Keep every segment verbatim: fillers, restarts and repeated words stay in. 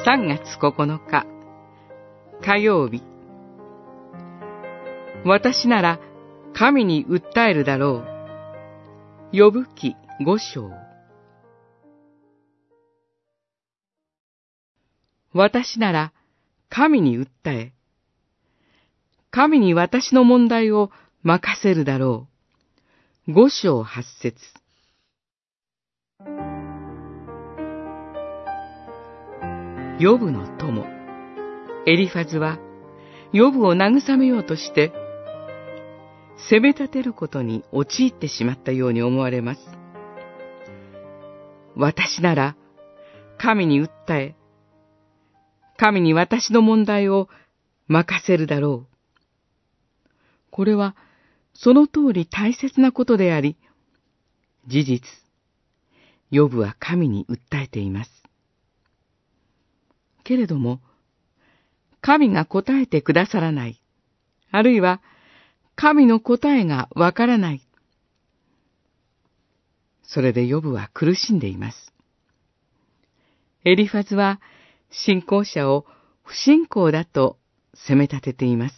さんがつここのか火曜日。私なら神に訴えるだろう。呼ぶ記五章。私なら神に訴え、神に私の問題を任せるだろう。五章八節。ヨブの友、エリファズは、ヨブを慰めようとして、責め立てることに陥ってしまったように思われます。私なら、神に訴え、神に私の問題を任せるだろう。これは、その通り大切なことであり、事実、ヨブは神に訴えています。けれども、神が答えてくださらない、あるいは神の答えがわからない。それでヨブは苦しんでいます。エリファズは信仰者を不信仰だと責め立てています。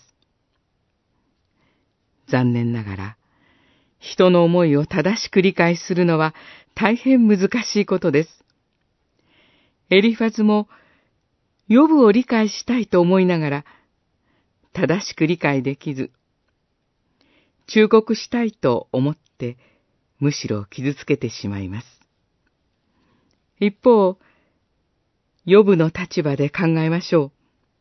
残念ながら、人の思いを正しく理解するのは大変難しいことです。エリファズも、ヨブを理解したいと思いながら、正しく理解できず、忠告したいと思って、むしろ傷つけてしまいます。一方、ヨブの立場で考えましょう。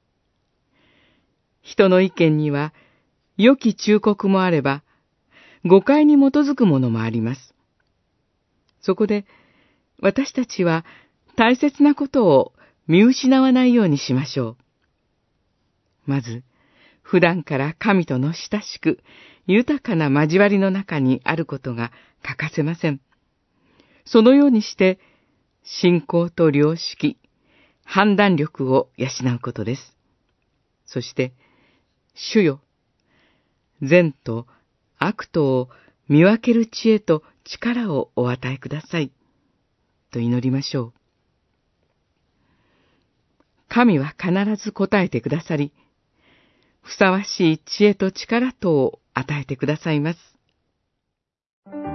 人の意見には、良き忠告もあれば、誤解に基づくものもあります。そこで、私たちは大切なことを見失わないようにしましょう。まず、普段から神との親しく、豊かな交わりの中にあることが欠かせません。そのようにして、信仰と良識、判断力を養うことです。そして、主よ、善と悪とを見分ける知恵と力をお与えください。と祈りましょう。神は必ず答えてくださり、ふさわしい知恵と力とを与えてくださいます。